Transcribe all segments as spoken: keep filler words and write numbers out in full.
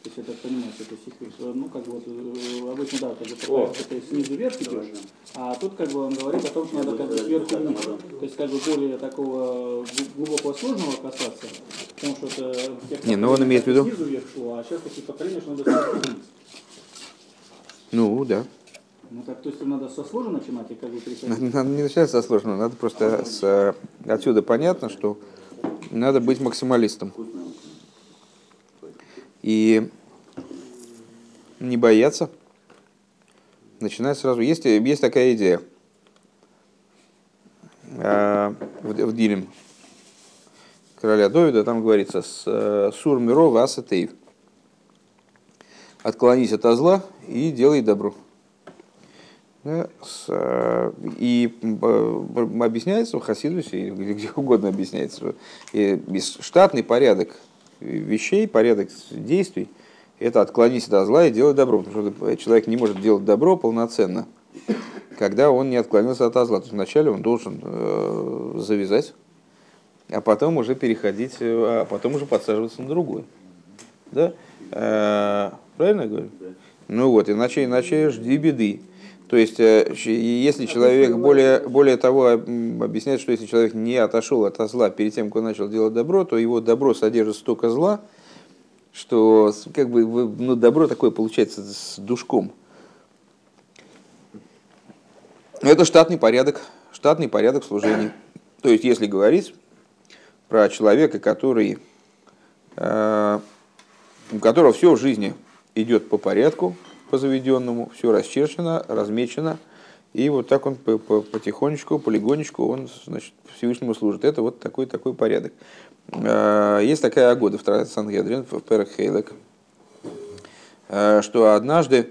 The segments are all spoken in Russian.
То есть я так понимаю, что это сихвик, ну как бы вот обычно да, как бы ты снизу вверх идешь, а тут как бы он говорит о том, что надо как бы сверху вниз. То есть как бы более такого глубокого сложного касаться, потому что это в тех не, ну он имеет в виду снизу вверх шло, а сейчас такие поколения, что надо сверху вниз. Ну да. Ну так, то есть надо со сложного начинать и как бы переходить? Надо не начинать со сложного, надо просто с, отсюда понятно, что надо быть максималистом. И не бояться. Начинать сразу. Есть, есть такая идея в, в Дилем короля Довида, там говорится с сур миро васатейв. Отклонись от зла и делай добро. Да, с, и объясняется в Хасидусе, или где угодно объясняется, что и штатный порядок вещей, порядок действий — это отклонись от зла и делай добро. Потому что человек не может делать добро полноценно, когда он не отклонился от зла. То есть вначале он должен э, завязать, а потом уже переходить, а потом уже подсаживаться на другой. Да? Э, правильно я говорю? Ну вот, иначе, иначе жди беды. То есть, если человек, более, более того, объясняет, что если человек не отошел от зла перед тем, как он начал делать добро, то его добро содержит столько зла, что как бы, ну, добро такое получается с душком. Это штатный порядок, штатный порядок служения. То есть, если говорить про человека, который, э, у которого все в жизни идет по порядку, по заведенному, все расчерчено, размечено, и вот так он потихонечку, полигонечку он, значит, Всевышнему служит. Это вот такой такой порядок. Есть такая агода в Трактате Сангедрин, в Перек Хейлек, что однажды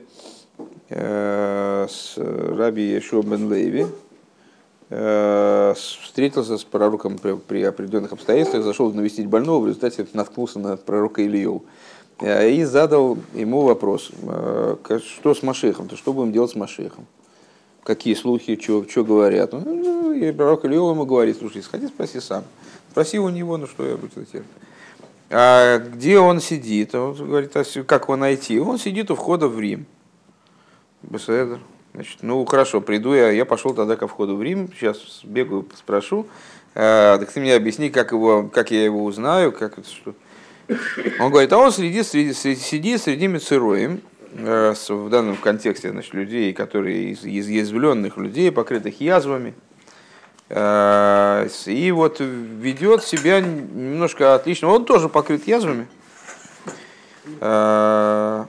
с Раби Йешуа бен Леви встретился с пророком при, при определенных обстоятельствах, зашел навестить больного, в результате наткнулся на пророка Илью и задал ему вопрос: что с Машехом, то что будем делать с Машехом? Какие слухи, что, что говорят? Ну, и пророк Илью ему говорит: слушай, сходи, спроси сам. Спроси у него, ну что я буду делать. А где он сидит? Он говорит: а как его найти? Он сидит у входа в Рим. Беседер. Значит, ну хорошо, приду я, я пошел тогда ко входу в Рим, сейчас бегаю, спрошу. А, так ты мне объясни, как, его, как я его узнаю, как это что. Он говорит: а он сидит среди, сидит среди мицероим, э, в данном контексте, значит, людей, которые из изъязвленных людей, покрытых язвами, э, и вот ведет себя немножко отлично. Он тоже покрыт язвами. Э,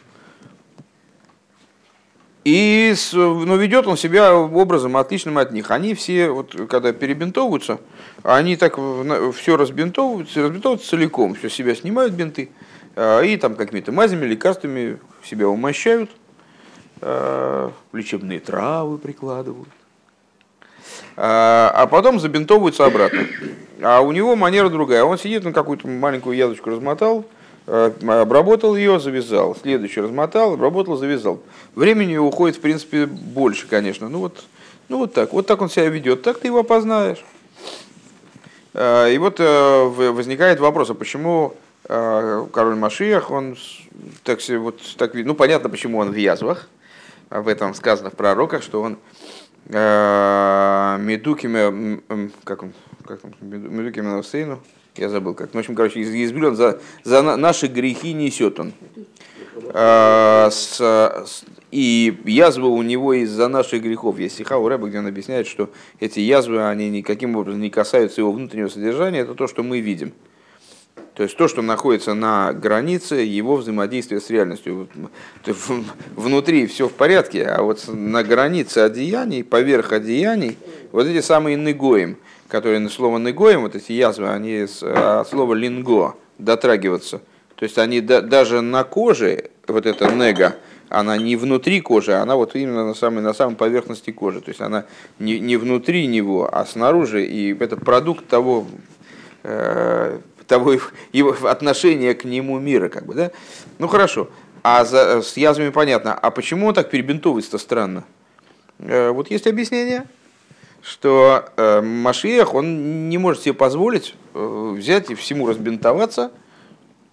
И но ведет он себя образом отличным от них. Они все, вот, когда перебинтовываются, они так все разбинтовываются, разбинтовываются целиком, все себя снимают бинты, и там какими-то мазями, лекарствами себя умощают, лечебные травы прикладывают, а потом забинтовываются обратно. А у него манера другая. Он сидит, на какую-то маленькую язвочку размотал, обработал ее, завязал. Следующий размотал, обработал, завязал. Времени уходит, в принципе, больше, конечно. Ну вот, ну вот так. Вот так он себя ведет. Так ты его опознаешь. И вот возникает вопрос: а почему король Машиах, он так, вот, так, ну понятно, почему он в язвах. Об этом сказано в пророках, что он медукиме, как он, как он, медукиме навсейну. Я забыл как. В общем, короче, изъязвлен за, за наши грехи несет он. А, с, с, и язвы у него из-за наших грехов. Есть стиха у Рэба, где он объясняет, что эти язвы, они никаким образом не касаются его внутреннего содержания. Это то, что мы видим. То есть то, что находится на границе его взаимодействия с реальностью. Внутри все в порядке, а вот на границе одеяний, поверх одеяний, вот эти самые негоим, которые на слово негоим, вот эти язвы, они от слова линго, дотрагиваться. То есть они да, даже на коже, вот эта нега, она не внутри кожи, она вот именно на самой, на самой поверхности кожи. То есть она не, не внутри него, а снаружи, и это продукт того, э, того его отношения к нему мира. Как бы, да? Ну хорошо, а за, с язвами понятно. А почему он так перебинтовывается-то странно? Э, вот есть объяснение, что э, Машиах, он не может себе позволить э, взять и всему разбинтоваться,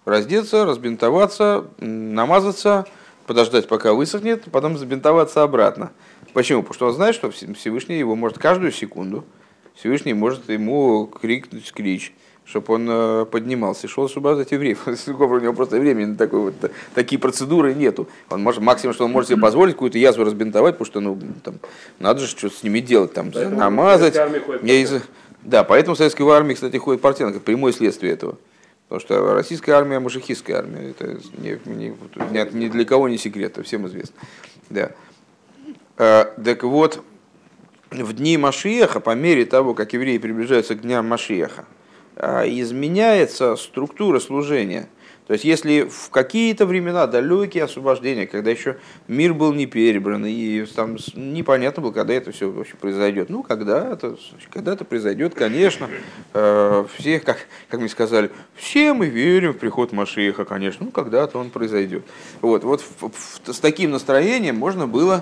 раздеться, разбинтоваться, намазаться, подождать, пока высохнет, потом забинтоваться обратно. Почему? Потому что он знает, что Всевышний его может каждую секунду, Всевышний может ему крикнуть клич, чтобы он поднимался и шел освобождать евреев. У него просто времени на такой вот, такие процедуры нету. Он может, максимум, что он может себе позволить, какую-то язву разбинтовать, потому что ну, там, надо же что-то с ними делать, там, намазать. Да, поэтому в советской армии, кстати, ходит Портенко, прямое следствие этого. Потому что российская армия, машихистская армия, это ни, ни, ни для кого не секрет, это всем известно. Да. А, так вот, в дни Машиаха, по мере того, как евреи приближаются к дням Машиаха, изменяется структура служения. То есть, если в какие-то времена, далекие освобождения, когда еще мир был не перебран, и там непонятно было, когда это все вообще произойдет. Ну, когда-то, когда-то произойдет, конечно. Все, как, как мне сказали, все мы верим в приход Машиаха, конечно. Ну, когда-то он произойдет. Вот, вот в, в, с таким настроением можно было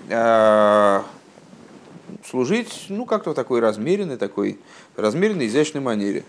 э, служить, ну, как-то в такой размеренной, такой размеренной, изящной манере.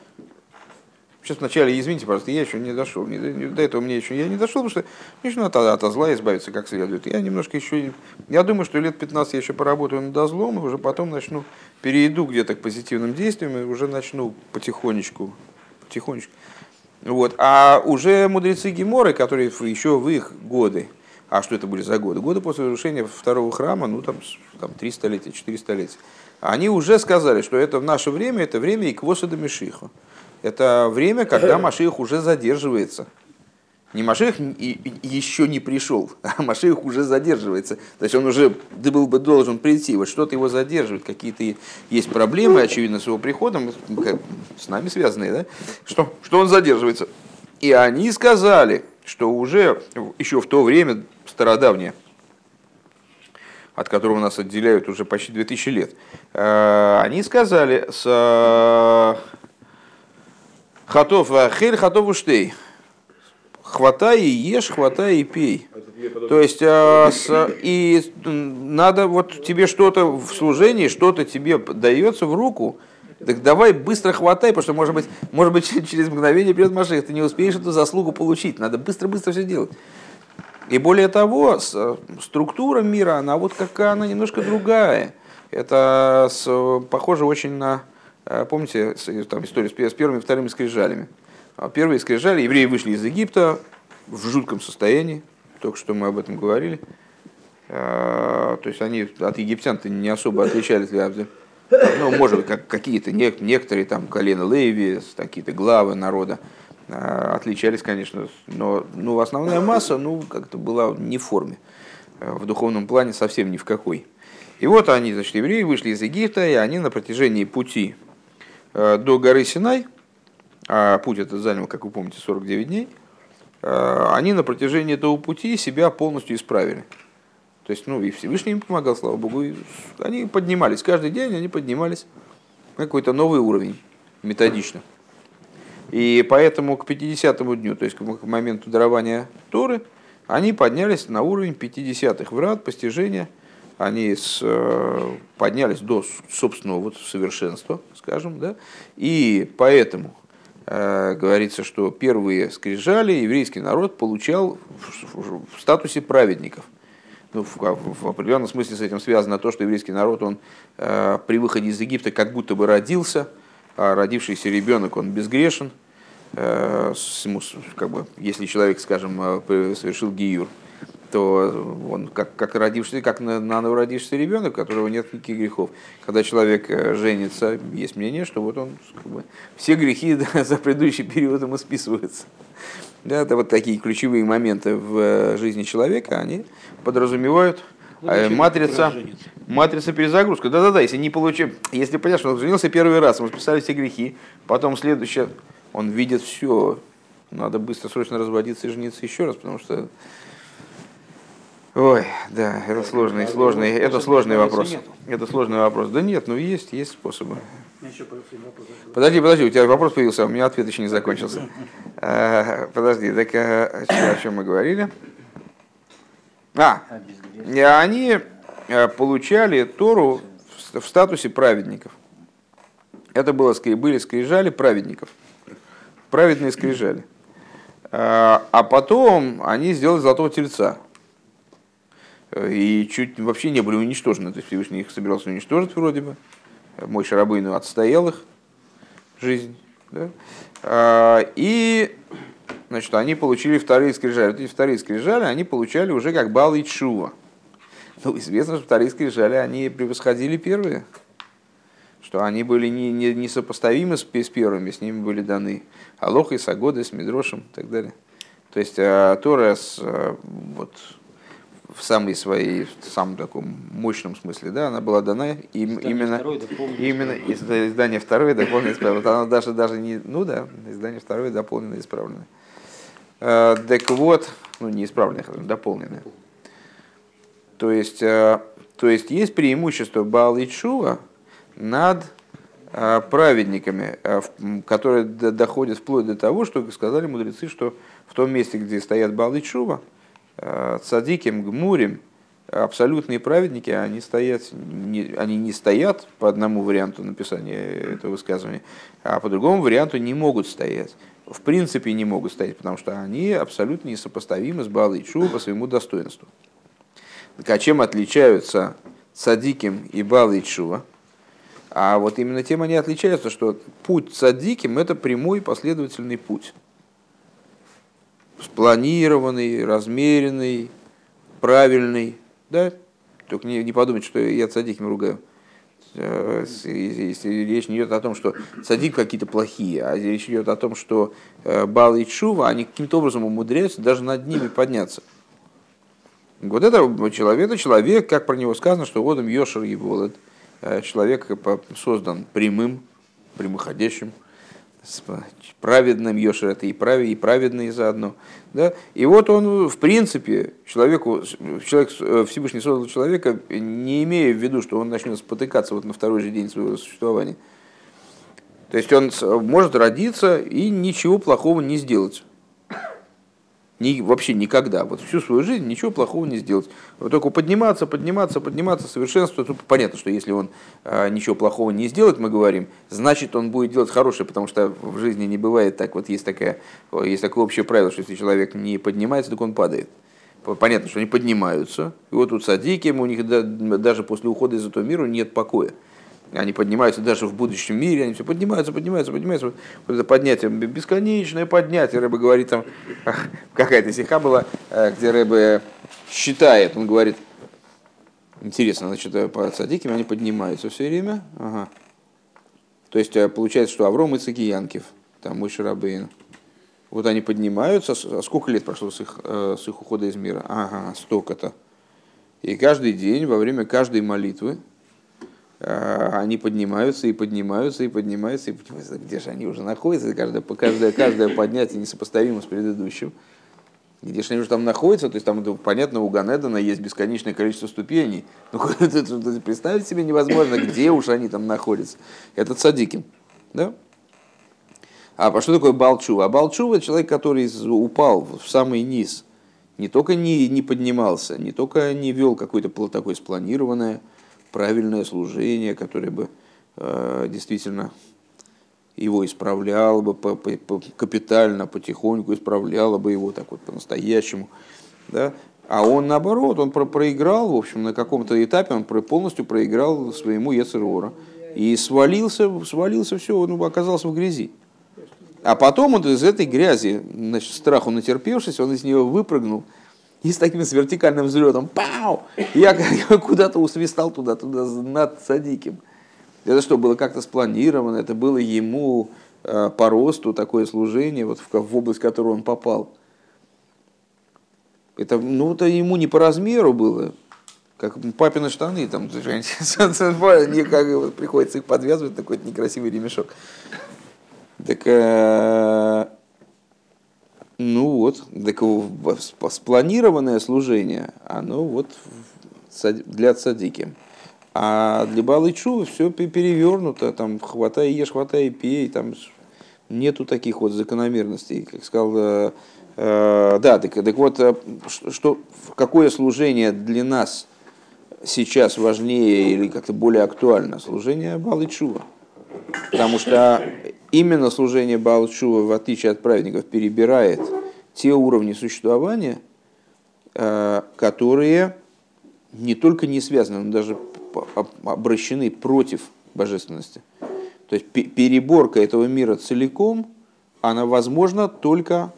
Сейчас вначале, извините, пожалуйста, я еще не дошел. Не, до этого мне еще я не дошел, потому что мне еще надо от зла избавиться как следует. Я немножко еще... Я думаю, что лет пятнадцать я еще поработаю над злом, и уже потом начну, перейду где-то к позитивным действиям, и уже начну потихонечку. потихонечку. Вот. А уже мудрецы Геморы, которые еще в их годы, а что это были за годы? Годы после разрушения второго храма, ну там, там три столетия, четыре столетия. Они уже сказали, что это в наше время, это время Иквоса до Мешиха. Это время, когда Машиах уже задерживается. Не Машиах еще не пришел, а Машиах уже задерживается. То есть он уже был бы должен прийти. Вот что-то его задерживает, какие-то есть проблемы, очевидно, с его приходом, с нами связанные, да? Что, что он задерживается. И они сказали, что уже еще в то время стародавнее, от которого нас отделяют уже почти две тысячи лет, они сказали с... Хатов ахель, хатов уштей. Хватай и ешь, хватай и пей. То есть, а, с, и надо вот тебе что-то в служении, что-то тебе дается в руку, так давай быстро хватай, потому что, может быть, может быть через мгновение придет Машиах, ты не успеешь эту заслугу получить. Надо быстро-быстро все делать. И более того, с, структура мира, она вот какая, она немножко другая. Это с, похоже очень на... Помните там, историю с первыми и вторыми скрижалями? Первые скрижали, евреи вышли из Египта в жутком состоянии, только что мы об этом говорили. То есть они от египтян-то не особо отличались. Ну, может быть, как какие-то некоторые там колена Леви, какие-то главы народа отличались, конечно, но ну, основная масса ну, как-то была не в форме, в духовном плане совсем ни в какой. И вот они, значит, евреи вышли из Египта, и они на протяжении пути до горы Синай, а путь этот занял, как вы помните, сорок девять дней, они на протяжении этого пути себя полностью исправили. То есть, ну, и Всевышний им помогал, слава Богу, и они поднимались, каждый день они поднимались на какой-то новый уровень, методично. И поэтому к пятидесятому дню, то есть к моменту дарования Торы, они поднялись на уровень пятидесятых врат постижения. Они с, поднялись до собственного вот совершенства, скажем, да, и поэтому э, говорится, что первые скрижали еврейский народ получал в, в, в статусе праведников. Ну, в, в определенном смысле с этим связано то, что еврейский народ, он э, при выходе из Египта как будто бы родился, а родившийся ребенок, он безгрешен, э, с, как бы, если человек, скажем, совершил гиюр, то он как, как родившийся, как наново родившийся ребенок, у которого нет никаких грехов. Когда человек женится, есть мнение, что вот он как бы, все грехи да, за предыдущий период ему списываются. Да, это вот такие ключевые моменты в жизни человека, они подразумевают ну, матрица, матрица перезагрузка. Да-да-да, если не получим, если понятно, что он женился первый раз, ему списали все грехи, потом следующее, он видит все, надо быстро, срочно разводиться и жениться еще раз, потому что ой, да, это сложный, сложный, это сложный вопрос. Это сложный вопрос. Да нет, ну есть, есть способы. Подожди, подожди, у тебя вопрос появился, а у меня ответ еще не закончился. Подожди, так о чем мы говорили? А, они получали Тору в статусе праведников. Это было, были скрижали праведников. Праведные скрижали. А потом они сделали золотого тельца. И чуть вообще не были уничтожены. То есть Всевышний их собирался уничтожить вроде бы. Моше Рабейну отстоял их жизнь. Да? И значит, они получили вторые скрижали. Вот эти вторые скрижали они получали уже как Баал и Тшува. Ну, известно, что вторые скрижали они превосходили первые. Что они были не, не, несопоставимы с, с первыми, с ними были даны Алоха и Сагода, с Мидрошем и так далее. То есть Тора с, вот, в самой своей, в самом таком мощном смысле, да, она была дана им, именно, именно издание второе дополнено исправлено. Она даже, даже не, ну да, издание второе дополнено исправлено. Так вот, ну не исправленное, а дополненное. То есть, то есть есть преимущество Баал и Тшува над праведниками, которые доходят вплоть до того, что сказали мудрецы, что в том месте, где стоят Баал и Тшува, цадиким, гмурим, абсолютные праведники, они, стоят, не, они не стоят по одному варианту написания этого высказывания, а по другому варианту не могут стоять. В принципе не могут стоять, потому что они абсолютно несопоставимы с Баал и Тшува по своему достоинству. Так а чем отличаются цадиким и Баал и Тшува? А вот именно тем они отличаются, что путь цадиким – это прямой последовательный путь. Спланированный, размеренный, правильный. Да? Только не, не подумайте, что я цадиким ругаю. Если речь не идет о том, что цадик какие-то плохие, а речь идет о том, что Баал и Тшува, они каким-то образом умудряются даже над ними подняться. Вот это человек, это человек, как про него сказано, что водом Йошер и Волод. Человек создан прямым, прямоходящим, праведным. Йошер это и правый, и праведный заодно. Да? И вот он, в принципе, человеку, человек, Всевышний создал человека, не имея в виду, что он начнет спотыкаться вот на второй же день своего существования. То есть он может родиться и ничего плохого не сделать. Ни, вообще никогда, вот всю свою жизнь ничего плохого не сделать. Вот только подниматься, подниматься, подниматься, совершенствовать. Тут понятно, что если он а, ничего плохого не сделает, мы говорим, значит он будет делать хорошее, потому что в жизни не бывает так. Вот есть, такая, есть такое общее правило, что если человек не поднимается, так он падает. Понятно, что они поднимаются. И вот тут садики, у них даже после ухода из этого мира нет покоя. Они поднимаются даже в будущем мире, они все поднимаются, поднимаются, поднимаются. Вот это поднятие, бесконечное поднятие. Рэбе говорит, там какая-то сиха была, где Рэбе считает, он говорит, интересно, значит, по цадикам они поднимаются все время. Ага. То есть получается, что Авром, Ицхак и Янкив, там Моше Рабейну. Вот они поднимаются, а сколько лет прошло с их, с их ухода из мира? Ага, столько-то. И каждый день, во время каждой молитвы, они поднимаются и поднимаются и поднимаются и поднимаются. Где же они уже находятся? Каждое, каждое, каждое поднятие несопоставимо с предыдущим. Где же они уже там находятся? То есть там, понятно, у Ганедана есть бесконечное количество ступеней. Но представить себе невозможно, где уж они там находятся. Это цадиким. Да? А что такое Баал Тшува? А Баал Тшува — это человек, который упал в самый низ. Не только не, не поднимался, не только не вел какое-то такое спланированное, правильное служение, которое бы э, действительно его исправляло бы по, по, по, капитально, потихоньку исправляло бы его так вот по-настоящему. Да? А он наоборот, он про- проиграл, в общем, на каком-то этапе он полностью проиграл своему Йецер ора. И свалился, свалился все, он оказался в грязи. А потом он из этой грязи, значит, страху натерпевшись, он из нее выпрыгнул. И с таким с вертикальным взлетом, пау, я, я куда-то усвистал туда, туда над цадиким. Это что, было как-то спланировано, это было ему э, по росту такое служение, вот в, в область, в которую он попал. Это, ну, это ему не по размеру было, как папины штаны, там, приходится их подвязывать, такой некрасивый ремешок. Так... Э, Ну вот, так спланированное служение, оно вот для цадики. А для Баал и Тшува все перевернуто, там хватай, ешь, хватай, пей, там нету таких вот закономерностей, как сказал. Э, э, да, так, так вот, что, какое служение для нас сейчас важнее или как-то более актуально? Служение Баал и Тшува. Потому что именно служение Баал и Тшува, в отличие от праведников, перебирает те уровни существования, которые не только не связаны, но даже обращены против божественности. То есть переборка этого мира целиком, она возможна только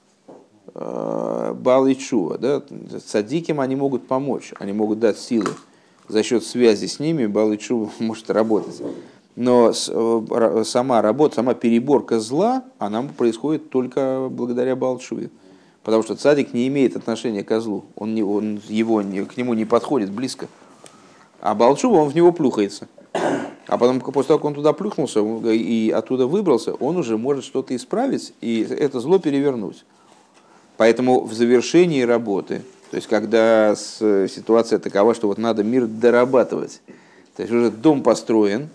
Баал и Тшува. Да? Цадиким они могут помочь, они могут дать силы. За счет связи с ними Баал и Тшува может работать. Но сама работа, сама переборка зла, она происходит только благодаря Баал и Тшуве. Потому что цадик не имеет отношения к злу, он, не, он его, не, к нему не подходит близко. А Баал и Тшува, он в него плюхается. А потом, после того, как он туда плюхнулся и оттуда выбрался, он уже может что-то исправить и это зло перевернуть. Поэтому в завершении работы, то есть когда ситуация такова, что вот надо мир дорабатывать, то есть уже дом построен,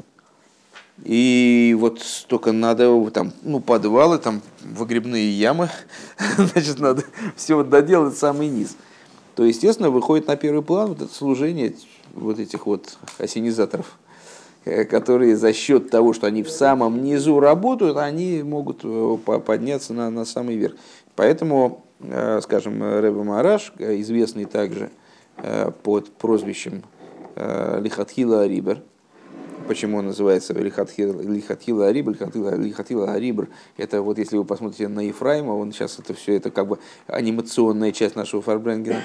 и вот только надо там, ну, подвалы, там, выгребные ямы, значит, надо все вот доделать самый низ. То, естественно, выходит на первый план вот это служение вот этих вот осенизаторов, которые за счет того, что они в самом низу работают, они могут подняться на, на самый верх. Поэтому, скажем, Ребе Мараш, известный также под прозвищем Лихатхила Арибер, почему он называется Лихатхила Арибер, Лихатхила Арибер, это вот если вы посмотрите на Ефраима, он сейчас это все, это как бы анимационная часть нашего Фарбренгена,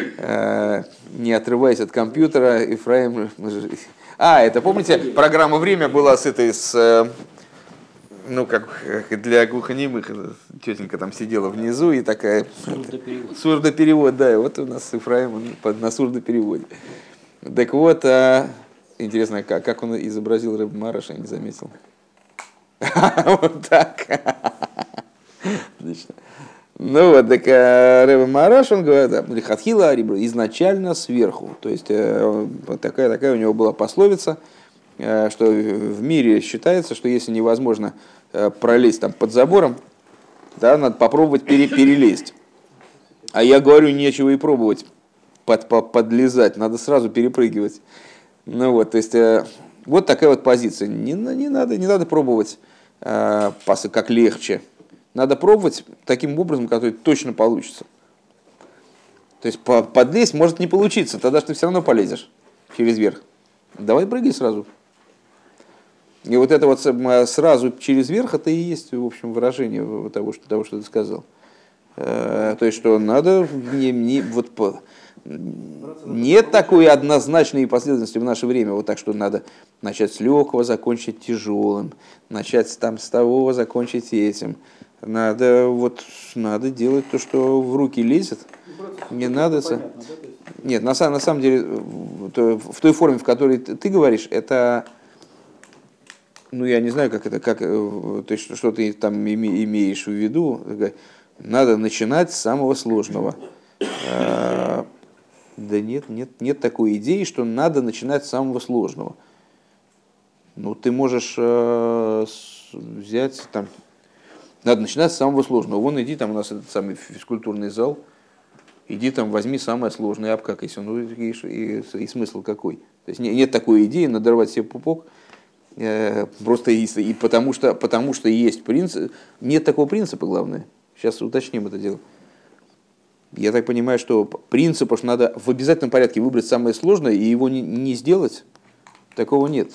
не отрываясь от компьютера, Ефраим... А, это помните, программа «Время» была с этой, с, ну, как для глухонемых, тетенька там сидела внизу и такая... Сурдоперевод. Сурдоперевод, да, и вот у нас Ефраим на сурдопереводе. Так вот, интересно, как, как он изобразил Ребе Мараша, я не заметил. Вот так. Отлично. Ну вот, так Ребе Мараш, он говорит, да, Лихатхила Арибра, изначально сверху. То есть такая, такая у него была пословица, что в мире считается, что если невозможно пролезть там под забором, да, надо попробовать пере, перелезть. А я говорю, нечего и пробовать под, под, подлезать, надо сразу перепрыгивать. Ну вот, то есть вот такая вот позиция. Не, не, надо, не надо пробовать как легче. Надо пробовать таким образом, который точно получится. То есть подлезть может не получиться, тогда что ты все равно полезешь через верх. Давай прыгай сразу. И вот это вот сразу через верх, это и есть, в общем, выражение того, что, того, что ты сказал. То есть, что надо, не, не, вот, нет такой однозначной последовательности в наше время, вот так, что надо начать с легкого, закончить тяжелым, начать там с того, закончить этим. Надо, вот, надо делать то, что в руки лезет. Не надо... Понятно, да? Нет, на, на самом деле, в той форме, в которой ты говоришь, это... Ну, я не знаю, как это, как, то есть, что ты там имеешь в виду. Надо начинать с самого сложного. Да нет, нет, нет такой идеи, что надо начинать с самого сложного. Ну, ты можешь взять там... Надо начинать с самого сложного. Вон иди, там у нас этот самый физкультурный зал, иди там возьми самое сложное, обкакайся. Ну и, и, и смысл какой? То есть нет такой идеи надорвать себе пупок, э, просто и, и потому, что, потому что есть принцип. Нет такого принципа, главное. Сейчас уточним это дело. Я так понимаю, что принципа, что надо в обязательном порядке выбрать самое сложное и его не, не сделать, такого нет.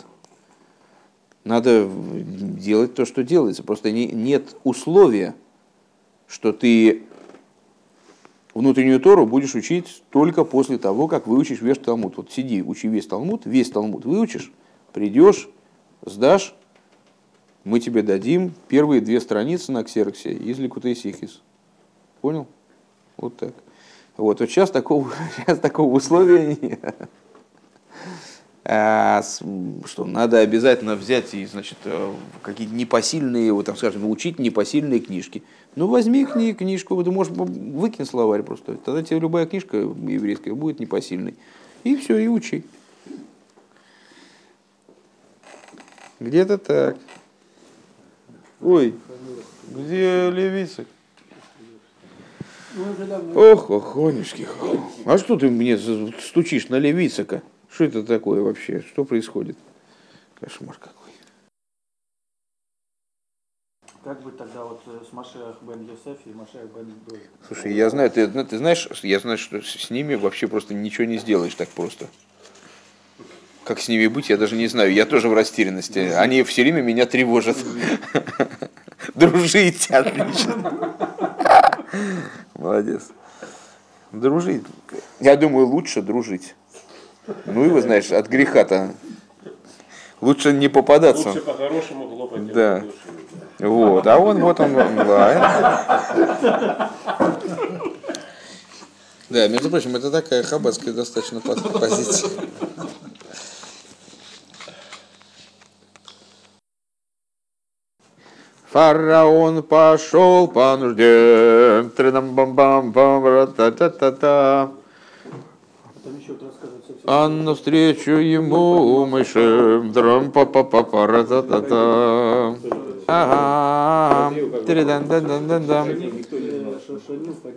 Надо делать то, что делается. Просто не, нет условия, что ты внутреннюю Тору будешь учить только после того, как выучишь весь Талмуд. Вот сиди, учи весь Талмуд, весь Талмуд выучишь, придешь, сдашь, мы тебе дадим первые две страницы на ксероксе из Ликутей Сихис. Понял? Вот так. Вот, вот сейчас, такого, сейчас такого условия нет. Что надо обязательно взять и, значит, какие-то непосильные, вот, там, скажем, учить непосильные книжки. Ну, возьми кни- книжку, ты можешь выкинь словарь просто. Тогда тебе любая книжка еврейская будет непосильной. И все, и учи. Где-то так. Ой, где Левицик? Ох, охонюшки. А что ты мне стучишь на Левицика? Что это такое вообще? Что происходит? Кошмар какой. как быть тогда вот с Машиах бен Йосеф и Машиах бен Гой? Слушай, я знаю, ты, ты знаешь, я знаю, что с ними вообще просто ничего не сделаешь так просто. Как с ними быть, я даже не знаю. Я тоже в растерянности. Они все время меня тревожат. Дружить, отлично. Молодец. Дружить. Я думаю, лучше дружить. Ну и вы знаешь, от греха-то лучше не попадаться. Лучше по-хорошему хлопать. Да. Вот. А он вот он. Да, да, между прочим, это такая хаббатская достаточно позиция. Фараон пошел по нужде, та-та-та-та, а навстречу ему Моше, драм-па-па-па-ра-та-та-та. Ага, Шанил